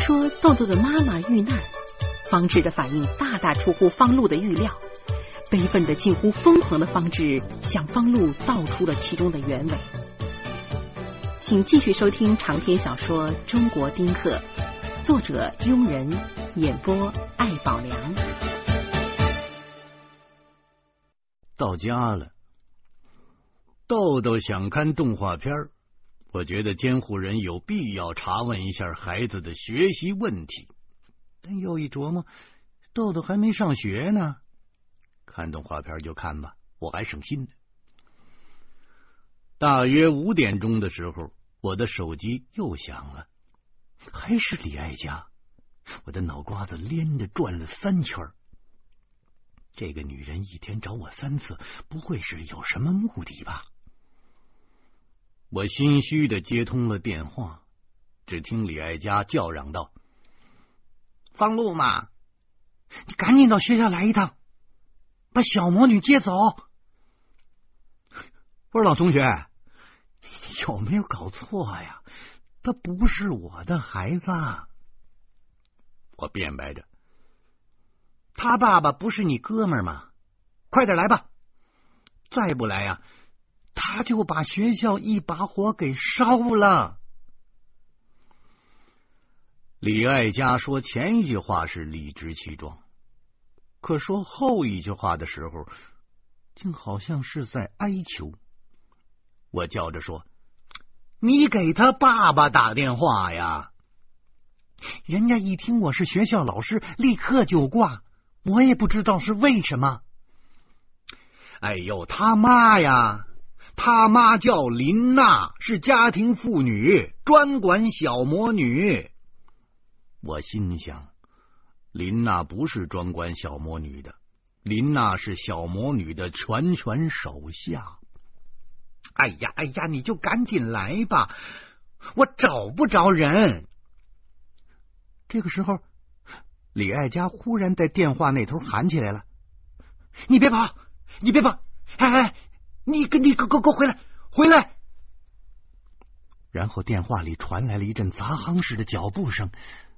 说豆豆的妈妈遇难，方志的反应大大出乎方露的预料，悲愤的近乎疯狂的方志向方露道出了其中的原委。请继续收听长篇小说《中国丁克》，作者庸人，演播艾宝良。 到家了，豆豆想看动画片，我觉得监护人有必要查问一下孩子的学习问题，但又一琢磨，豆豆还没上学呢，看动画片就看吧，我还省心呢。大约5点钟的时候，我的手机又响了，还是李爱家。我的脑瓜子连着转了3圈。这个女人一天找我3次，不会是有什么目的吧？我心虚的接通了电话，只听李爱家叫嚷道：“方露嘛，你赶紧到学校来一趟，把小魔女接走。”我说：“老同学，你有没有搞错呀？她不是我的孩子。”我辩白着：“他爸爸不是你哥们儿吗？快点来吧！再不来呀，他就把学校一把火给烧了。”李爱家说前一句话是理直气壮，可说后一句话的时候，竟好像是在哀求。我叫着说：“你给他爸爸打电话呀！”人家一听我是学校老师，立刻就挂，我也不知道是为什么。哎呦，他妈呀！他妈叫林娜，是家庭妇女，专管小魔女。我心想，林娜不是专管小魔女的，林娜是小魔女的全权手下。哎呀，你就赶紧来吧，我找不着人。这个时候，李爱家忽然在电话那头喊起来了：“你别跑，你别跑！哎，你给我回来！”然后电话里传来了一阵砸夯似的脚步声。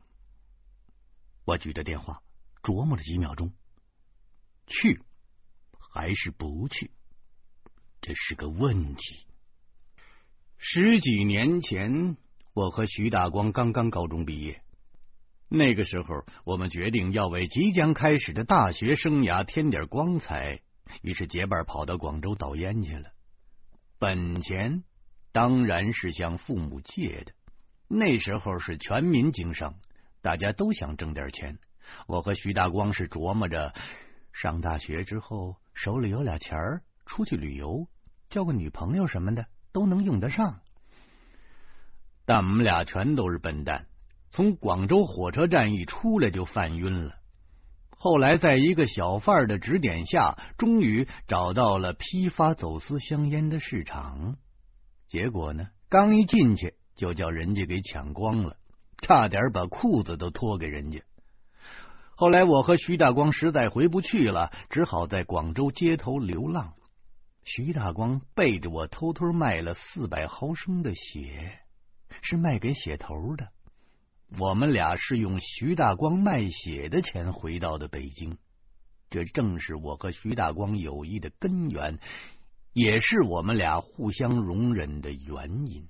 我举着电话琢磨了几秒钟，去还是不去，这是个问题。10几年前，我和徐大光刚刚高中毕业。那个时候，我们决定要为即将开始的大学生涯添点光彩，于是结伴跑到广州倒烟去了。本钱当然是向父母借的，那时候是全民经商，大家都想挣点钱。我和徐大光是琢磨着上大学之后手里有俩钱儿，出去旅游，交个女朋友什么的都能用得上。但我们俩全都是笨蛋，从广州火车站一出来就犯晕了。后来在一个小贩的指点下，终于找到了批发走私香烟的市场。结果呢，刚一进去就叫人家给抢光了，差点把裤子都脱给人家。后来我和徐大光实在回不去了，只好在广州街头流浪。徐大光背着我偷偷卖了400毫升的血，是卖给血头的。我们俩是用徐大光卖血的钱回到的北京，这正是我和徐大光友谊的根源，也是我们俩互相容忍的原因。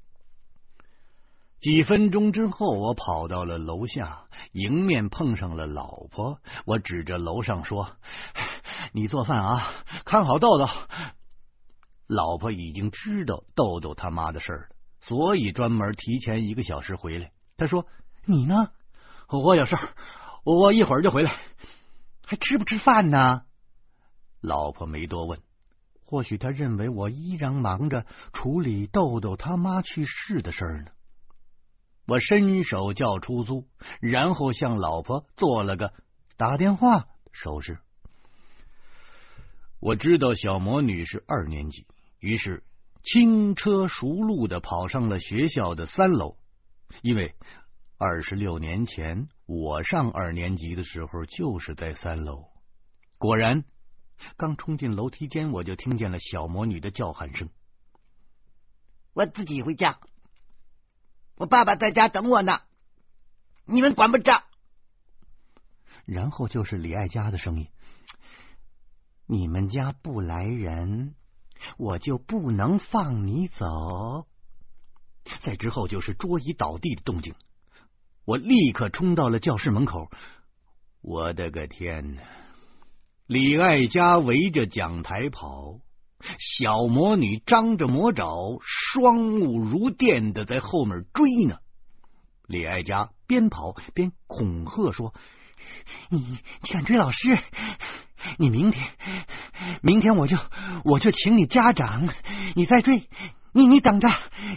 几分钟之后，我跑到了楼下，迎面碰上了老婆。我指着楼上说：“你做饭啊，看好豆豆。”老婆已经知道豆豆他妈的事了，所以专门提前1个小时回来。他说：“你呢？”“我有事儿，我一会儿就回来。”“还吃不吃饭呢？”老婆没多问，或许他认为我依然忙着处理豆豆他妈去世的事儿呢。我伸手叫出租，然后向老婆做了个打电话手势。我知道小魔女是2年级，于是轻车熟路的跑上了学校的3楼，因为26年前我上2年级的时候就是在3楼。果然，刚冲进楼梯间，我就听见了小魔女的叫喊声：“ 我自己回家，我爸爸在家等我呢。” 你们管不着。 然后就是李爱家的声音：你们家不来人，我就不能放你走。再之后就是桌椅倒地的动静，我立刻冲到了教室门口。我的个天哪！李爱家围着讲台跑，小魔女张着魔爪，双目如电的在后面追呢。李爱家边跑边恐吓说：你敢追老师，你明天我就请你家长，你再追，你等着。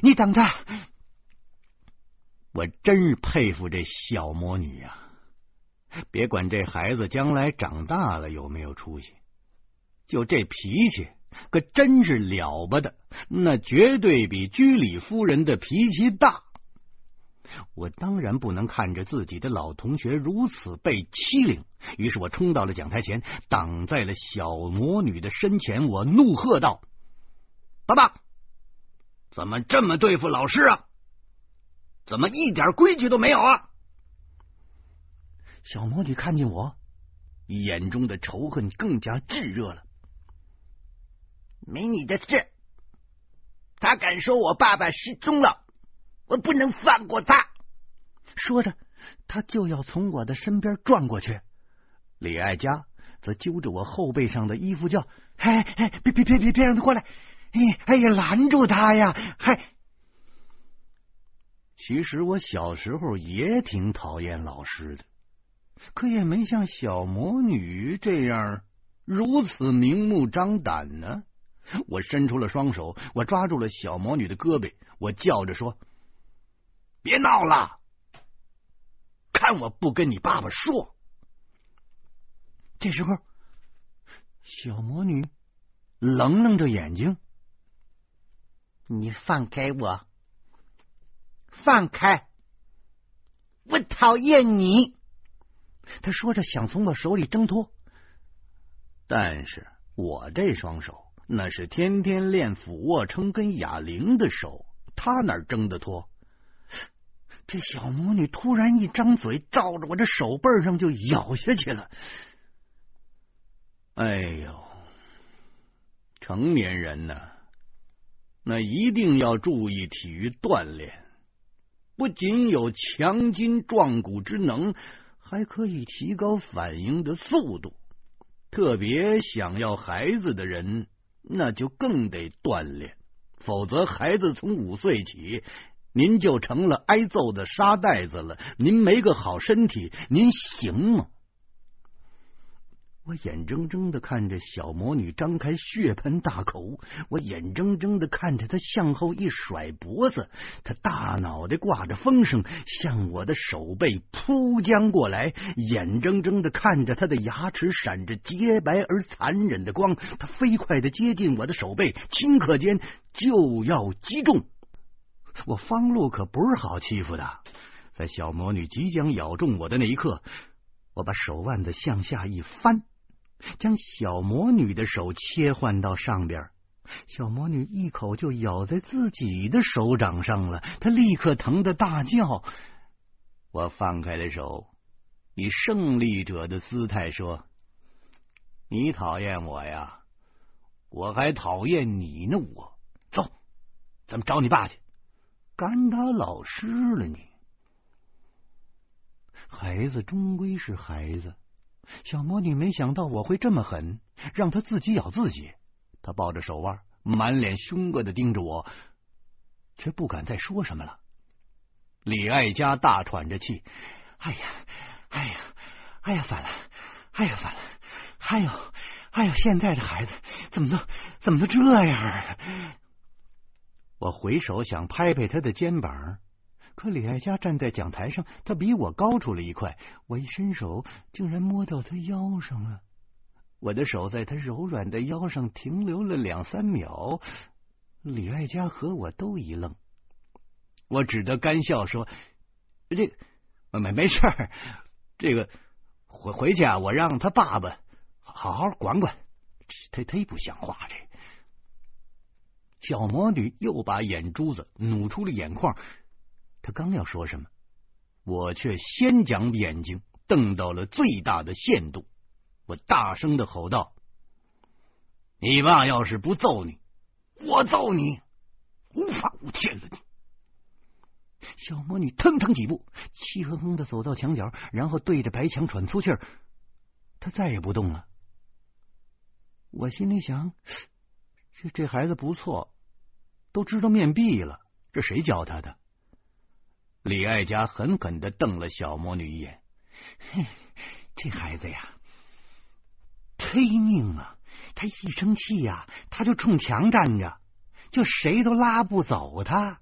我真是佩服这小魔女啊！别管这孩子将来长大了有没有出息，就这脾气可真是了不得，那绝对比居里夫人的脾气大。我当然不能看着自己的老同学如此被欺凌，于是我冲到了讲台前，挡在了小魔女的身前。我怒喝道：爸爸，怎么这么对付老师啊？怎么一点规矩都没有啊？小魔女看见我，眼中的仇恨更加炙热了。 没你的事，他敢说我爸爸失踪了，我不能放过他。 说着，他就要从我的身边转过去。李爱家则揪着我后背上的衣服叫：别让他过来！哎呀，拦住他呀！其实我小时候也挺讨厌老师的，可也没像小魔女这样如此明目张胆呢。我伸出了双手，我抓住了小魔女的胳膊，我叫着说：别闹了，看我不跟你爸爸说。这时候，小魔女愣愣着眼睛： 你放开我，放开，我讨厌你。 他说着想从我手里挣脱，但是我这双手那是天天练俯卧撑跟哑铃的手，他哪挣得脱？这小魔女突然一张嘴，照着我这手背上就咬下去了。哎呦，成年人呢，那一定要注意体育锻炼，不仅有强筋壮骨之能，还可以提高反应的速度。特别想要孩子的人，那就更得锻炼，否则孩子从5岁起，您就成了挨揍的沙袋子了。您没个好身体，您行吗？我眼睁睁的看着小魔女张开血盆大口，我眼睁睁的看着她向后一甩脖子，她大脑袋挂着风声向我的手背扑将过来，眼睁睁的看着她的牙齿闪着洁白而残忍的光，她飞快的接近我的手背，顷刻间就要击中。我方路可不是好欺负的，在小魔女即将咬中我的那一刻，我把手腕子向下一翻，将小魔女的手切换到上边，小魔女一口就咬在自己的手掌上了，她立刻疼得大叫。我放开了手，以胜利者的姿态说：你讨厌我呀？我还讨厌你呢！我走，咱们找你爸去，敢打老师了你！孩子终归是孩子，小魔女没想到我会这么狠，让她自己咬自己。她抱着手腕，满脸凶恶的盯着我，却不敢再说什么了。李爱家大喘着气：哎呀，烦了，现在的孩子怎么都这样啊！我回手想拍拍他的肩膀，可李爱家站在讲台上，他比我高出了一块，我一伸手竟然摸到他腰上了。我的手在他柔软的腰上停留了2、3秒，李爱家和我都一愣。我只得干笑说：这个没事儿，这个回去啊，我让他爸爸好好管管。他不像话。这小魔女又把眼珠子努出了眼眶，她刚要说什么， 我却先将眼睛瞪到了最大的限度，我大声的吼道：“你爸要是不揍你，我揍你，无法无天了你！”小魔女腾腾几步，气哼哼的走到墙角，然后对着白墙喘粗气儿，她再也不动了。我心里想，这孩子不错，都知道面壁了，这谁教他的？李爱家狠狠的瞪了小魔女一眼，这孩子呀，忒命啊！他一生气呀，他就冲墙站着，就谁都拉不走他。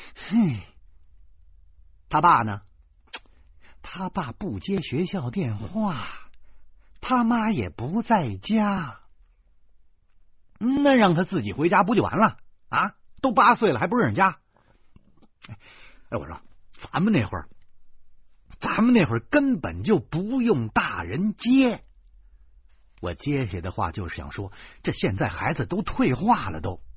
他爸呢？他爸不接学校电话，他妈也不在家。那让他自己回家不就完了啊？都8岁了还不认家？我说咱们那会儿根本就不用大人接。我接下的话就是想说，这现在孩子都退化了都。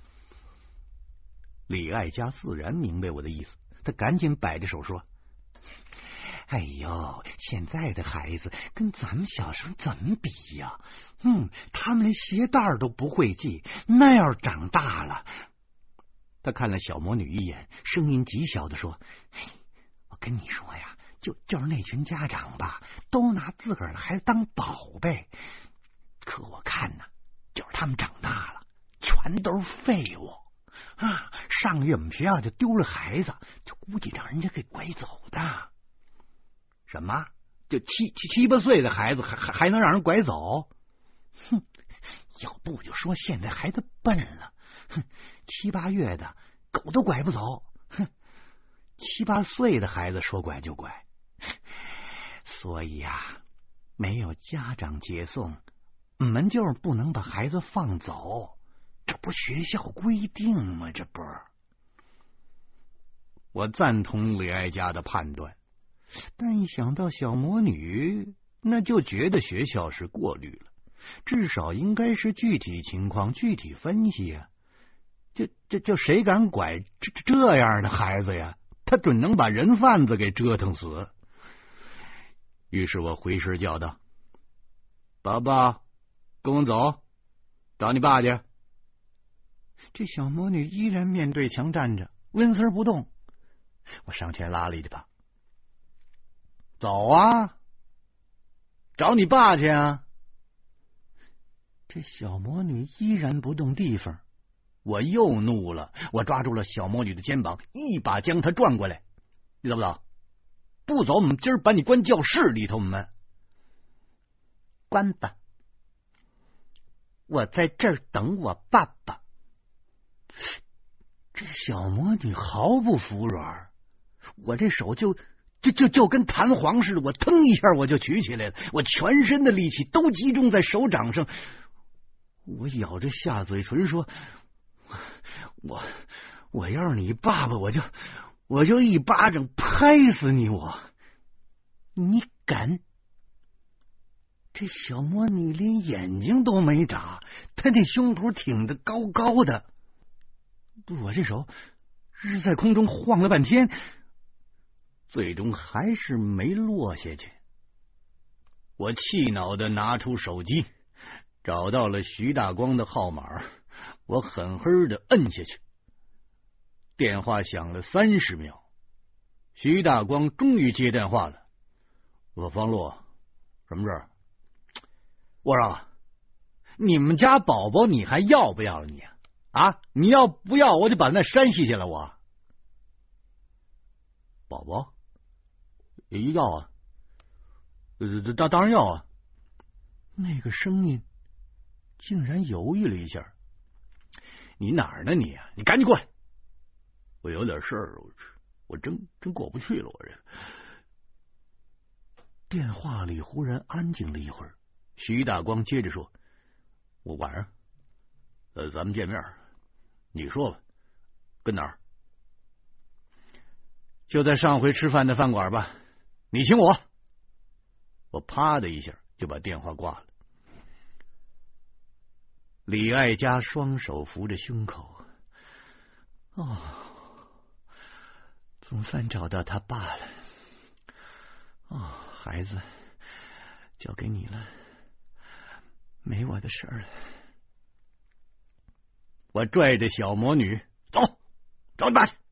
李爱家自然明白我的意思，他赶紧摆着手说：“哎呦，现在的孩子跟咱们小时候怎么比呀？他们连鞋带都不会系，那要长大了。”他看了小魔女一眼，声音极小的说：“我跟你说呀，就是那群家长吧，都拿自个儿的孩子当宝贝，可我看呢，就是他们长大了，全都是废物啊！上月我们学校就丢了孩子，就估计让人家给拐走的。什么？就七八岁的孩子还能让人拐走？要不就说现在孩子笨了，7、8月的狗都拐不走，7、8岁的孩子说拐就拐。所以啊，没有家长接送，我们就是不能把孩子放走，这不学校规定吗？这不，我赞同李爱家的判断，但一想到小魔女，那就觉得学校是过滤了，至少应该是具体情况具体分析呀。就谁敢拐这样的孩子呀？他准能把人贩子给折腾死。于是我回身叫道：“爸爸，跟我走，找你爸去。”这小魔女依然面对墙站着，纹丝不动。我上前拉了一把：“走啊，找你爸去啊！”这小魔女依然不动地方。我又怒了，我抓住了小魔女的肩膀，一把将她转过来：“你走不走？不走，我们今儿把你关教室里头。我们关吧，我在这儿等我爸爸。”这小魔女毫不服软，我这手就跟弹簧似的，我腾一下我就举起来了，我全身的力气都集中在手掌上。我咬着下嘴唇说：“我要是你爸爸，我就一巴掌拍死你！你敢？”这小魔女连眼睛都没眨，她那胸脯挺得高高的。我这手是在空中晃了半天，最终还是没落下去。我气恼的拿出手机，找到了徐大光的号码，我狠狠的摁下去。电话响了30秒，徐大光终于接电话了：“我方路，什么事？”我说：“你们家宝宝你还要不要了你啊？你要不要我就把那山卸下来。”我宝宝要啊，当然要啊。那个声音竟然犹豫了一下：“你哪儿呢你？你赶紧过来！我有点事儿，我真过不去了。”我这电话里忽然安静了一会儿，徐大光接着说：“我晚上咱们见面，你说吧，跟哪儿？就在上回吃饭的饭馆吧，你请我。”我啪的一下就把电话挂了。李爱家双手扶着胸口：“总算找到他爸了。 孩子交给你了，没我的事儿了。我拽着小魔女走，找你爸去。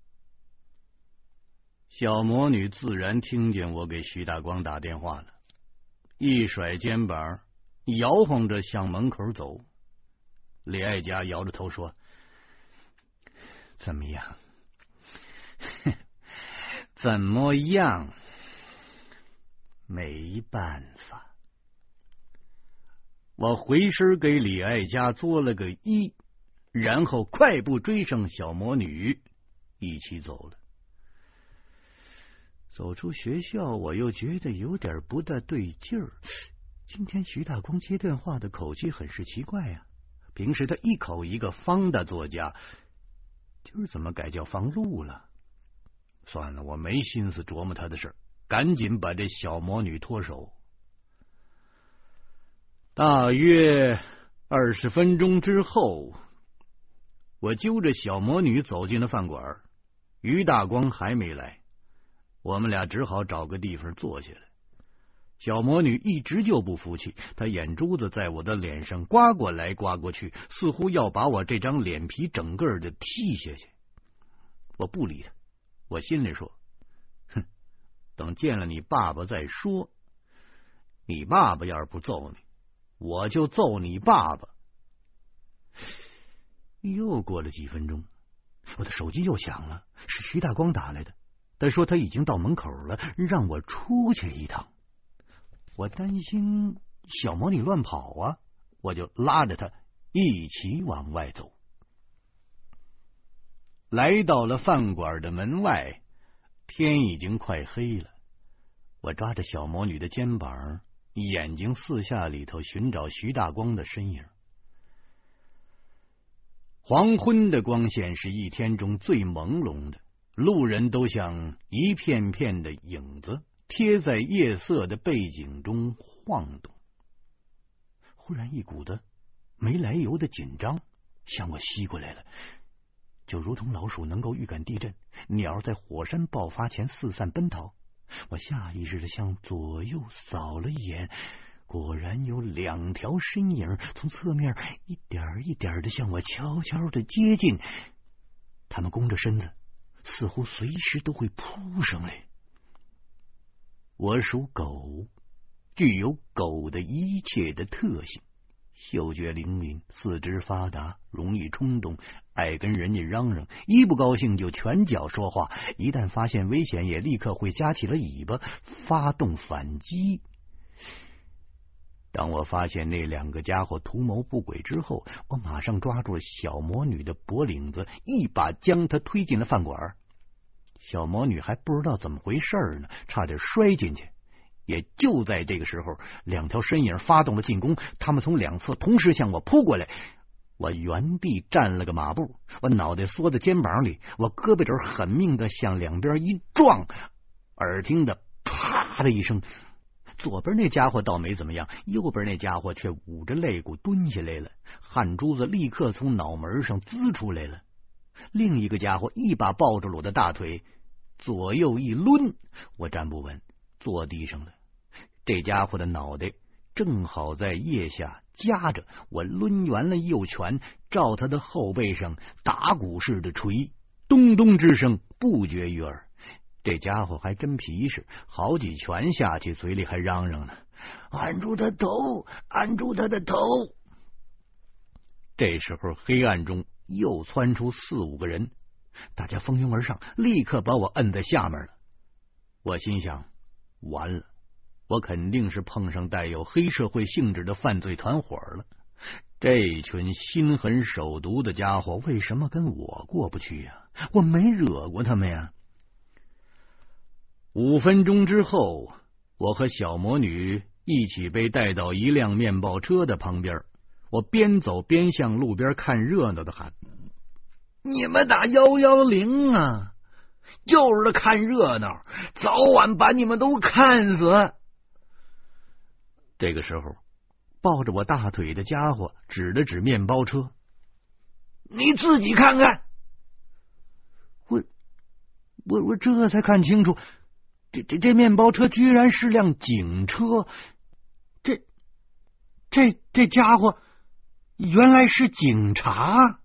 小魔女自然听见我给徐大光打电话了，一甩肩膀，摇晃着向门口走。李爱家摇着头说：“怎么样？怎么样？没办法。”我回身给李爱家作了个揖，然后快步追上小魔女，一起走了。走出学校，我又觉得有点不大对劲儿。今天徐大光接电话的口气很是奇怪呀，平时他一口一个方的作家，今儿怎么改叫方路了？算了，我没心思琢磨他的事，赶紧把这小魔女脱手。大约20分钟之后，我揪着小魔女走进了饭馆，于大光还没来，我们俩只好找个地方坐下来。小魔女一直就不服气，她眼珠子在我的脸上刮过来刮过去，似乎要把我这张脸皮整个的剔下去。我不理她，我心里说：哼，等见了你爸爸再说。你爸爸要是不揍你，我就揍你爸爸。又过了几分钟，我的手机又响了，是徐大光打来的。他说他已经到门口了，让我出去一趟。我担心小魔女乱跑啊，我就拉着他一起往外走。来到了饭馆的门外，天已经快黑了。我抓着小魔女的肩膀，眼睛四下里头寻找徐大光的身影。黄昏的光线是一天中最朦胧的，路人都像一片片的影子，贴在夜色的背景中晃动。忽然一股的没来由的紧张向我袭过来了，就如同老鼠能够预感地震，鸟在火山爆发前四散奔逃。我下意识的向左右扫了一眼，果然有2条身影从侧面一点一点的向我悄悄的接近，他们弓着身子，似乎随时都会扑上来。我属狗，具有狗的一切的特性，嗅觉灵敏，四肢发达，容易冲动，爱跟人家嚷嚷，一不高兴就拳脚说话，一旦发现危险也立刻会夹起了尾巴发动反击。当我发现那2个家伙图谋不轨之后，我马上抓住了小魔女的脖领子，一把将她推进了饭馆。小魔女还不知道怎么回事呢，差点摔进去。也就在这个时候，2条身影发动了进攻，他们从2侧同时向我扑过来。我原地站了个马步，我脑袋缩在肩膀里，我胳膊肘狠命的向两边一撞，耳听的啪的一声，左边那家伙倒没怎么样，右边那家伙却捂着肋骨蹲下来了，汗珠子立刻从脑门上滋出来了。另一个家伙一把抱住了我的大腿，左右一抡，我站不稳，坐地上了。这家伙的脑袋正好在腋下夹着，我抡圆了右拳，照他的后背上打鼓似的捶，咚咚之声不绝于耳。这家伙还真皮实，好几拳下去，嘴里还嚷嚷呢：“按住他头，按住他的头！”这时候黑暗中又窜出4、5个人，大家蜂拥而上，立刻把我摁在下面了。我心想，完了，我肯定是碰上带有黑社会性质的犯罪团伙了。这群心狠手毒的家伙为什么跟我过不去呀？我没惹过他们呀。5分钟之后，我和小魔女一起被带到一辆面包车的旁边，我边走边向路边看热闹的喊：“ 你们打110啊！就是看热闹，早晚把你们都看死！” 这个时候，抱着我大腿的家伙指了指面包车：“ 你自己看看。” 我这才看清楚， 这面包车居然是辆警车，这家伙原来是警察。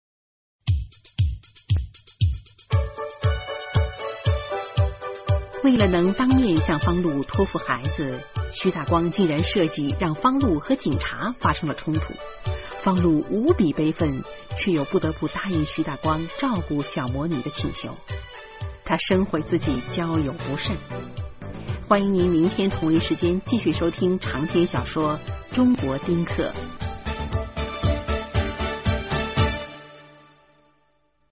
为了能当面向方路托付孩子，徐大光竟然设计让方路和警察发生了冲突。方路无比悲愤，却又不得不答应徐大光照顾小魔女的请求。他深悔自己交友不慎。欢迎您明天同一时间继续收听长篇小说《中国丁克》。